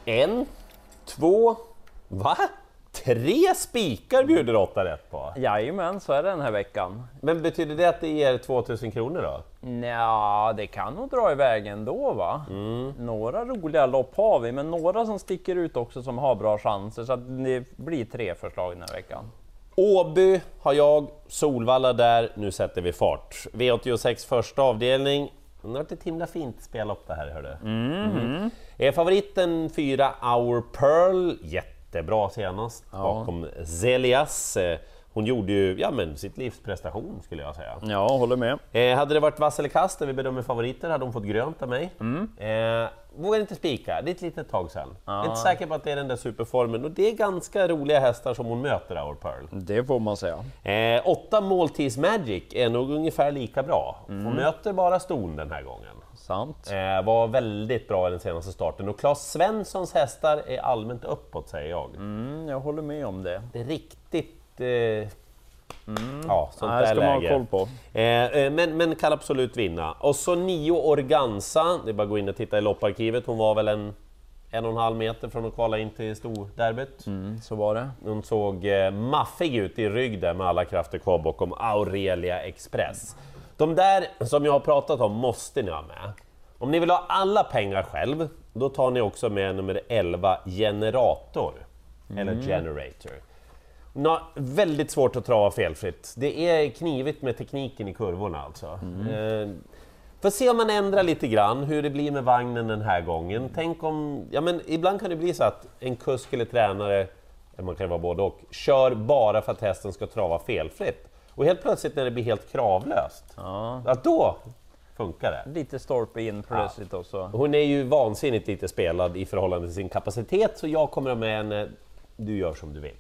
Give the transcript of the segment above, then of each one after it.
En, två, va? 3 spikar bjuder 8 rätt på. Jajamän, så är det den här veckan. Men betyder det att det ger 2000 kronor då? Ja, det kan nog dra iväg ändå va? Några roliga lopp har vi, men några som sticker ut också som har bra chanser, så att det blir 3 förslag den här veckan. Åby har jag, Solvalla där, nu sätter vi fart. V86 första avdelning. Det har varit ett himla fint spellopp det här, hörde. Favoriten 4 Our Pearl, jättebra senast bakom Zelias. Hon gjorde ju sitt livs prestation skulle jag säga. Ja, håller med. Hade det varit vass eller kast där vi bedömer favoriter hade hon fått grönt av mig. Vågar inte spika, det är ett litet tag sedan. Jag är inte säker på att det är den där superformen och det är ganska roliga hästar som hon möter, Our Pearl. Det får man säga. 8 Maltese Magic är nog ungefär lika bra. Hon möter bara ston den här gången. Sant. Var väldigt bra i den senaste starten och Claes Svenssons hästar är allmänt uppåt säger jag. Jag håller med om det. Det är riktigt... Ja, sånt här där ska man läge. ha koll på. Men kan absolut vinna. Och så 9 Organza, det är bara att gå in och titta i lopparkivet. Hon var väl 1,5 meter från att kvala in till storderbyt. Så var det. Hon såg maffig ut i rygg där med alla krafter kvar bakom Aurelia Express. De där som jag har pratat om måste ni ha med. Om ni vill ha alla pengar själv, då tar ni också med nummer 11 Generator. Eller Generator. Väldigt svårt att trava felfritt. Det är knivigt med tekniken i kurvorna alltså. Får se om man ändrar lite grann hur det blir med vagnen den här gången. Tänk om, ibland kan det bli så att en kusk eller tränare, man kan vara både och, kör bara för att hästen ska trava felfritt. Och helt plötsligt när det blir helt kravlöst, då funkar det. Lite stolpe in plötsligt också. Hon är ju vansinnigt lite spelad i förhållande till sin kapacitet, så jag kommer med henne, du gör som du vill.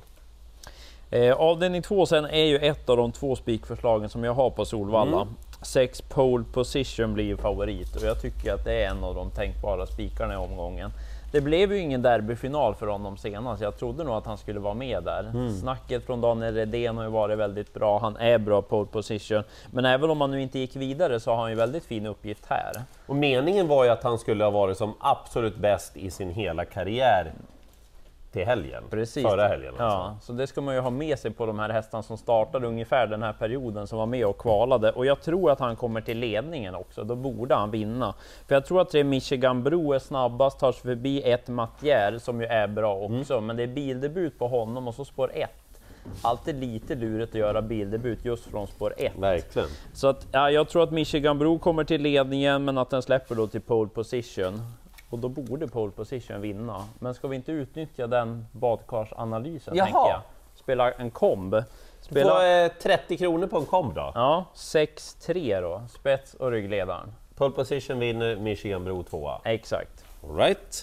Avdelning 2 sen är ju ett av de 2 spikförslagen som jag har på Solvalla. 6 pole position blir favorit och jag tycker att det är en av de tänkbara spikarna i omgången. Det blev ju ingen derbyfinal för honom senast. Jag trodde nog att han skulle vara med där. Snacket från Daniel Redén har ju varit väldigt bra. Han är bra pole position. Men även om han nu inte gick vidare så har han ju väldigt fin uppgift här. Och meningen var ju att han skulle ha varit som absolut bäst i sin hela karriär till helgen. Precis. Förra helgen alltså. Ja, så det ska man ju ha med sig på de här hästarna som startade ungefär den här perioden, som var med och kvalade. Och jag tror att han kommer till ledningen också, då borde han vinna. För jag tror att 3 Michigan Bro är snabbast, tar sig förbi 1 Mattier som ju är bra också. Men det är bildebut på honom och så spår 1. Alltid lite lurigt att göra bildebut just från spår 1. Verkligen. Så att, jag tror att Michigan Bro kommer till ledningen, men att den släpper då till pole position. Och då borde pole position vinna. Men ska vi inte utnyttja den badkarsanalysen, tänker jag? Spela en komb. Spela 30 kronor på en komb då? Ja, 6-3 då. Spets och ryggledaren. Pole position vinner, Michigan Bro 2. Exakt. All right.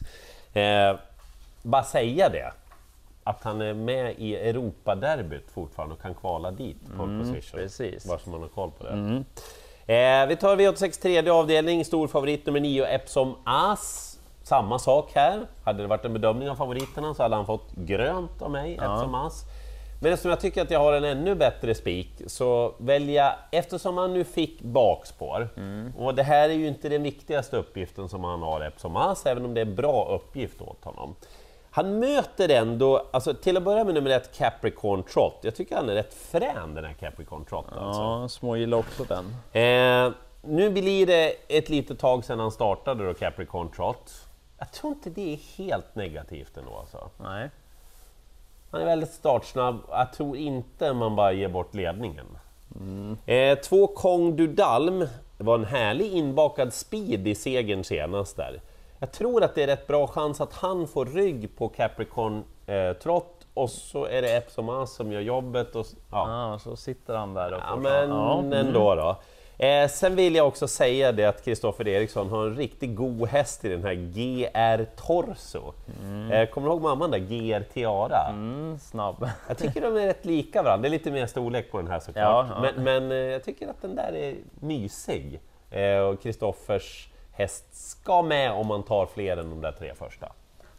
Bara säga det. Att han är med i Europaderbyt fortfarande och kan kvala dit. Pole position. Precis. Bara så man har koll på det. Vi tar V86 tredje avdelning, stor favorit nummer 9 Epsom As. Samma sak här, hade det varit en bedömning av favoriterna så hade han fått grönt av mig, Epsom As. Men eftersom jag tycker att jag har en ännu bättre spik så välja, eftersom han nu fick bakspår, och det här är ju inte den viktigaste uppgiften som han har, Epsom As, även om det är en bra uppgift åt honom. Han möter ändå, alltså till att börja med nummer 1 Capricorn Trot. Jag tycker han är rätt frän den här Capricorn Trot. Alltså. Ja, små gillar också den. Nu blir det ett litet tag sedan han startade då, Capricorn Trot. Jag tror inte det är helt negativt ändå alltså. Nej. Han är väldigt startsnabb. Jag tror inte man bara ger bort ledningen. 2 Kong du Dalm. Det var en härlig inbakad speed i segern senast där. Jag tror att det är rätt bra chans att han får rygg på Capricorn Trot och så är det Epsom As som gör jobbet. Och, så sitter han där och får men ändå då. Sen vill jag också säga det att Kristoffer Eriksson har en riktigt god häst i den här GR Torso. Kommer du ihåg mamman där, GR Tiara? Snabb. Jag tycker de är rätt lika varandra, det är lite mer storlek på den här såklart. Men jag tycker att den där är mysig. Och Kristoffers häst ska med om man tar fler än de där 3 första.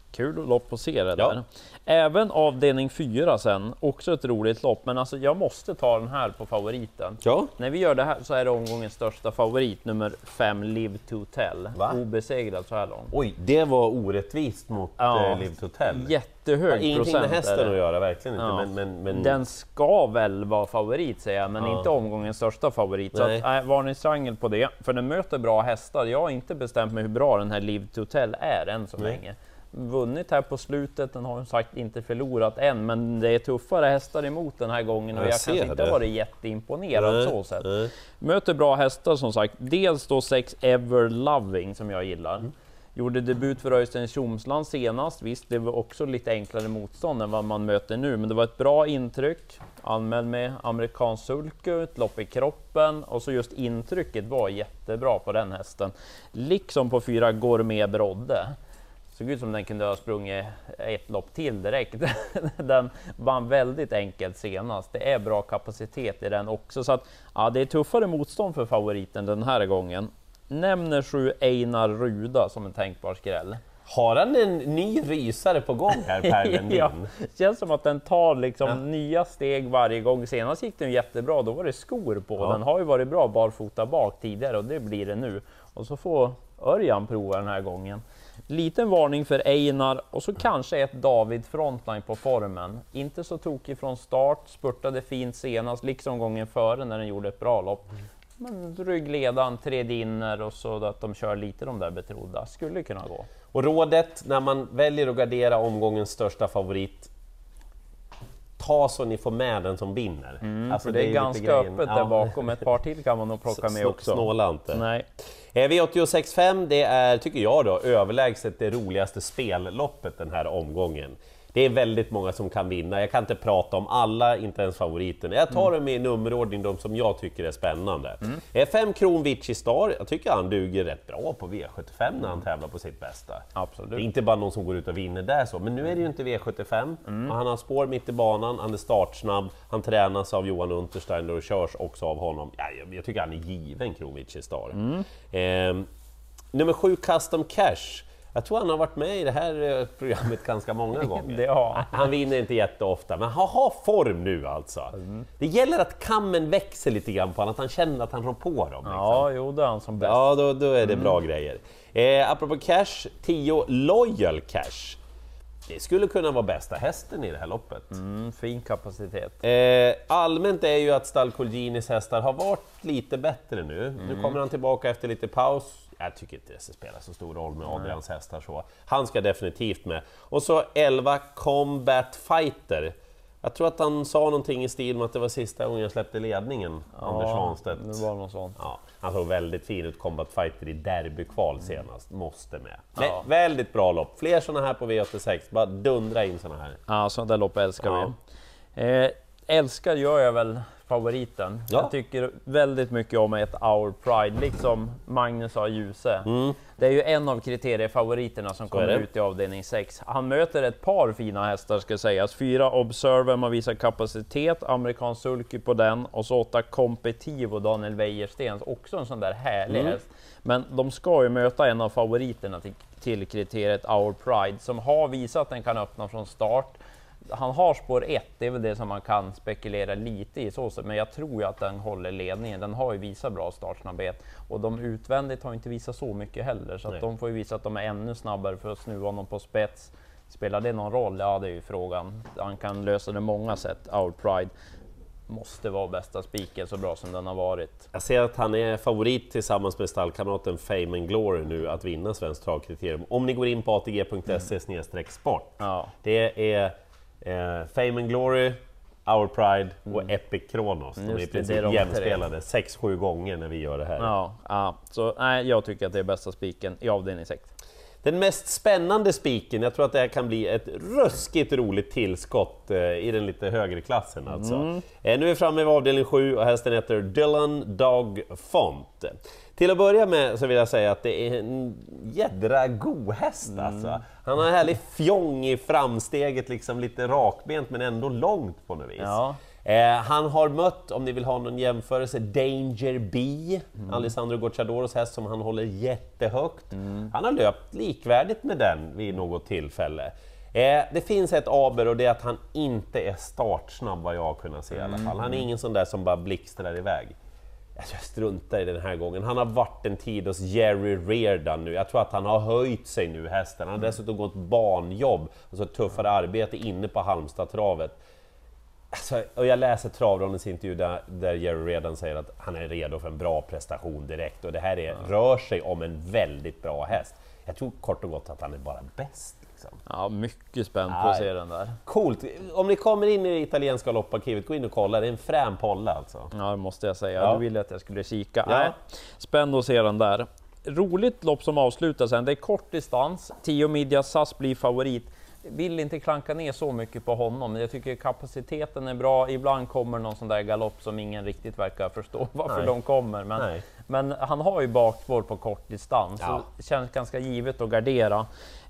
Kul lopp att se det Ja. där. Även avdelning 4 sen, också ett roligt lopp, men alltså jag måste ta den här på favoriten. Ja. När vi gör det här så är det omgångens största favorit, nummer 5, Live to Tell. Va? Obesegrad så här långt. Oj, det var orättvist mot Ja. Live Hotel. Jättehög Ingenting procent med är hästen det. att göra, verkligen inte. Ja. Men Den ska väl vara favorit säger jag, men Ja. inte omgångens största favorit. Nej. Så att, varningstriangel på det, för den möter bra hästar. Jag har inte bestämt mig hur bra den här Live to Tell är än så länge. Vunnit här på slutet, den har ju sagt inte förlorat än, men det är tuffare hästar emot den här gången och Jag jag ser kanske inte det. varit jätteimponerad Nej, så sett. nej. Möter bra hästar som sagt, dels då 6 Ever Loving som jag gillar. Gjorde debut för Öystein Tjomsland senast, visst det var också lite enklare motstånd än vad man möter nu, men det var ett bra intryck. Anmäld med amerikansk sulky, ett lopp i kroppen och så just intrycket var jättebra på den hästen. Liksom på 4 Gourmet Brodde. Såg ut som den kunde ha sprungit ett lopp till direkt. Den vann väldigt enkelt senast. Det är bra kapacitet i den också. Så att, ja, det är tuffare motstånd för favoriten den här gången. Nämner 7 Einar Ruda som en tänkbar skräll. Har han en ny rysare på gång här, Per Lendin? Ja, känns som att den tar liksom nya steg varje gång. Senast gick den jättebra, då var det skor på. Ja. Den har ju varit bra barfota bak tidigare och det blir det nu. Och så får Örjan prova den här gången. Liten varning för Einar och så kanske ett David Frontline på formen. Inte så tokig från start, spurtade fint senast, liksom gången före när den gjorde ett bra lopp. Men ryggledan, 3 dinner och så att de kör lite de där betrodda. Skulle kunna gå. Och rådet när man väljer att gardera omgångens största favorit, ta så ni får med den som vinner. Alltså, För det är ju ganska lite grejen. öppet där bakom. Ett par till kan man nog plocka med också. Snåla inte. Nej. V86.5, det är, tycker jag då, överlägset det roligaste spelloppet den här omgången. Det är väldigt många som kan vinna, jag kan inte prata om alla, inte ens favoriten. Jag tar dem i nummerordning, de som jag tycker är spännande. 5 Kronvici Star, jag tycker han duger rätt bra på V75 när han tävlar på sitt bästa. Absolut. Det är inte bara någon som går ut och vinner där så, men nu är det ju inte V75. Och han har spår mitt i banan, han är startsnabb, han tränas av Johan Untersteiner och körs också av honom. Ja, jag tycker han är given, Kronvici Star. Nummer 7 Custom Cash. Jag tror han har varit med i det här programmet ganska många gånger. Det har. Han vinner inte jätteofta, men han har form nu alltså. Det gäller att kammen växer lite grann på honom, att han känner att han rår på dem. Liksom. Ja, jo, det är han som bäst. Ja, då är det bra grejer. Apropå cash, 10 Loyal Cash. Det skulle kunna vara bästa hästen i det här loppet. Fin kapacitet. Allmänt är ju att Stall Colginis hästar har varit lite bättre nu. Nu kommer han tillbaka efter lite paus. Jag tycker inte det ska spela så stor roll med Adrians hästar så. Han ska definitivt med. Och så 11 Combat Fighter. Jag tror att han sa någonting i stil med att det var sista gången jag släppte ledningen, Anders Svanstedt. Det var något sånt. Ja, han såg väldigt fin ut, Combat Fighter i derbykval senast, måste med. Ja. Väldigt bra lopp, fler sådana här på V86, bara dundra in sådana här. Ja, sådana där lopp älskar Ja. vi. Älskar gör jag väl favoriten. Ja. Jag tycker väldigt mycket om ett Our Pride, liksom Magnus A. Djuse. Det är ju en av kriteriefavoriterna som kommer är det. ut i avdelning 6. Han möter ett par fina hästar ska sägas. 4 Observer, man visar kapacitet, amerikansk sulky på den och så 8 Competivo, Daniel Wäjerstens, också en sån där härlig häst. Men de ska ju möta en av favoriterna till kriteriet Our Pride som har visat att den kan öppna från start. Han har spår 1, det är väl det som man kan spekulera lite i så sätt, men jag tror ju att den håller ledningen. Den har ju visat bra startsnabbhet och de utvändigt har inte visat så mycket heller, så att de får ju visa att de är ännu snabbare för att snuva honom på spets. Spelar det någon roll? Ja, det är ju frågan. Han kan lösa det många sätt. Our Pride måste vara bästa spiken så bra som den har varit. Jag ser att han är favorit tillsammans med stallkamraten Fame and Glory nu att vinna Svenskt travkriterium. Om ni går in på atg.se/sport. Ja. Det är Fame and Glory, Our Pride och Epic Kronos. De är i Just det, princip det är de jämspelade 6-7 gånger när vi gör det här. Ja, så nej, jag tycker att det är bästa spiken i avdelning 6. Den mest spännande spiken, jag tror att det här kan bli ett ruskigt roligt tillskott i den lite högre klassen alltså. Nu är vi framme vid avdelning 7 och hästen heter Dylan Dog Font. Till att börja med så vill jag säga att det är en jädra god häst alltså. Han har en härlig fjong i framsteget, liksom lite rakbent men ändå långt på något vis. Ja. Han har mött, om ni vill ha någon jämförelse, Danger B, Alessandro Gocciadoros häst som han håller jättehögt. Han har löpt likvärdigt med den vid något tillfälle. Det finns ett aber och det är att han inte är startsnabb vad jag har kunnat se i alla fall. Han är ingen sån där som bara blixtrar iväg. Jag struntar i den här gången. Han har varit en tid hos Jerry Reardon nu. Jag tror att han har höjt sig nu, hästen. Han har dessutom gått banjobb, alltså ett tuffare arbete inne på Halmstad-travet. Alltså, och jag läser Travrondens intervju där Jerry Reardon säger att han är redo för en bra prestation direkt. Och det här rör sig om en väldigt bra häst. Jag tror kort och gott att han är bara bäst. Ja, mycket spänt på att se den där. Coolt! Om ni kommer in i italienska lopparkivet, gå in och kolla, det är en frän polle alltså. Ja, det måste jag säga. Du ville att jag skulle kika. Ja. Nej, spännande att se den där. Roligt lopp som avslutas sen. Det är kort distans. 10 midja, SAS blir favorit. Vill inte klanka ner så mycket på honom. Jag tycker kapaciteten är bra. Ibland kommer någon sån där galopp som ingen riktigt verkar förstå varför de kommer. Men han har ju bakspår på kort distans. Så det känns ganska givet att gardera.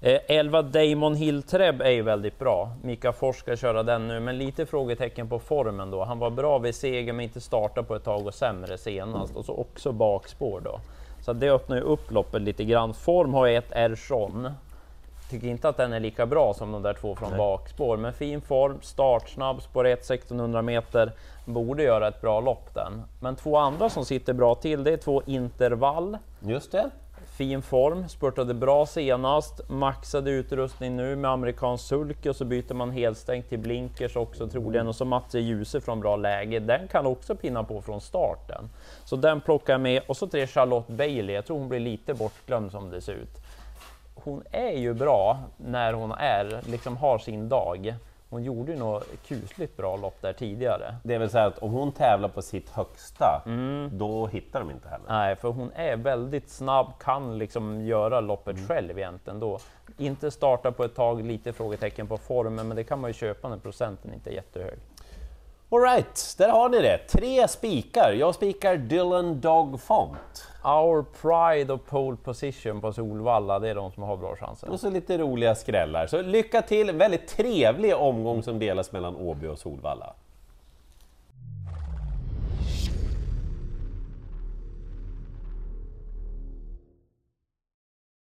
11 Damon Hill Treb är ju väldigt bra. Mika Fors ska köra den nu, men lite frågetecken på formen då. Han var bra vid seger men inte starta på ett tag och sämre senast. Och så också bakspår då. Så det öppnar ju upp loppet lite grann. Form har ett Erson. Tycker inte att den är lika bra som de där två från bakspår, men fin form, startsnabb, spår 1, 1600 meter, borde göra ett bra lopp den. Men två andra som sitter bra till, det är 2 Intervall. Just det. Fin form, spurtade bra senast, maxade utrustning nu med amerikansk sulke och så byter man helstängt till blinkers också troligen och så Matse Djuse från bra läge. Den kan också pinna på från starten. Så den plockar jag med och så 3 Charlotte Bailey, jag tror hon blir lite bortglömd som det ser ut. Hon är ju bra när hon har sin dag. Hon gjorde ju något kusligt bra lopp där tidigare. Det är väl så att om hon tävlar på sitt högsta, då hittar de inte heller. Nej, för hon är väldigt snabb, kan liksom göra loppet själv egentligen då. Inte starta på ett tag, lite frågetecken på formen, men det kan man ju köpa när procenten inte är jättehög. All right, där har ni det. 3 spikar. Jag spikar Dylan Dog Font. Our Pride och Pole Position på Solvalla, det är de som har bra chanser. Och så lite roliga skrällar. Så lycka till, en väldigt trevlig omgång som delas mellan Åby och Solvalla.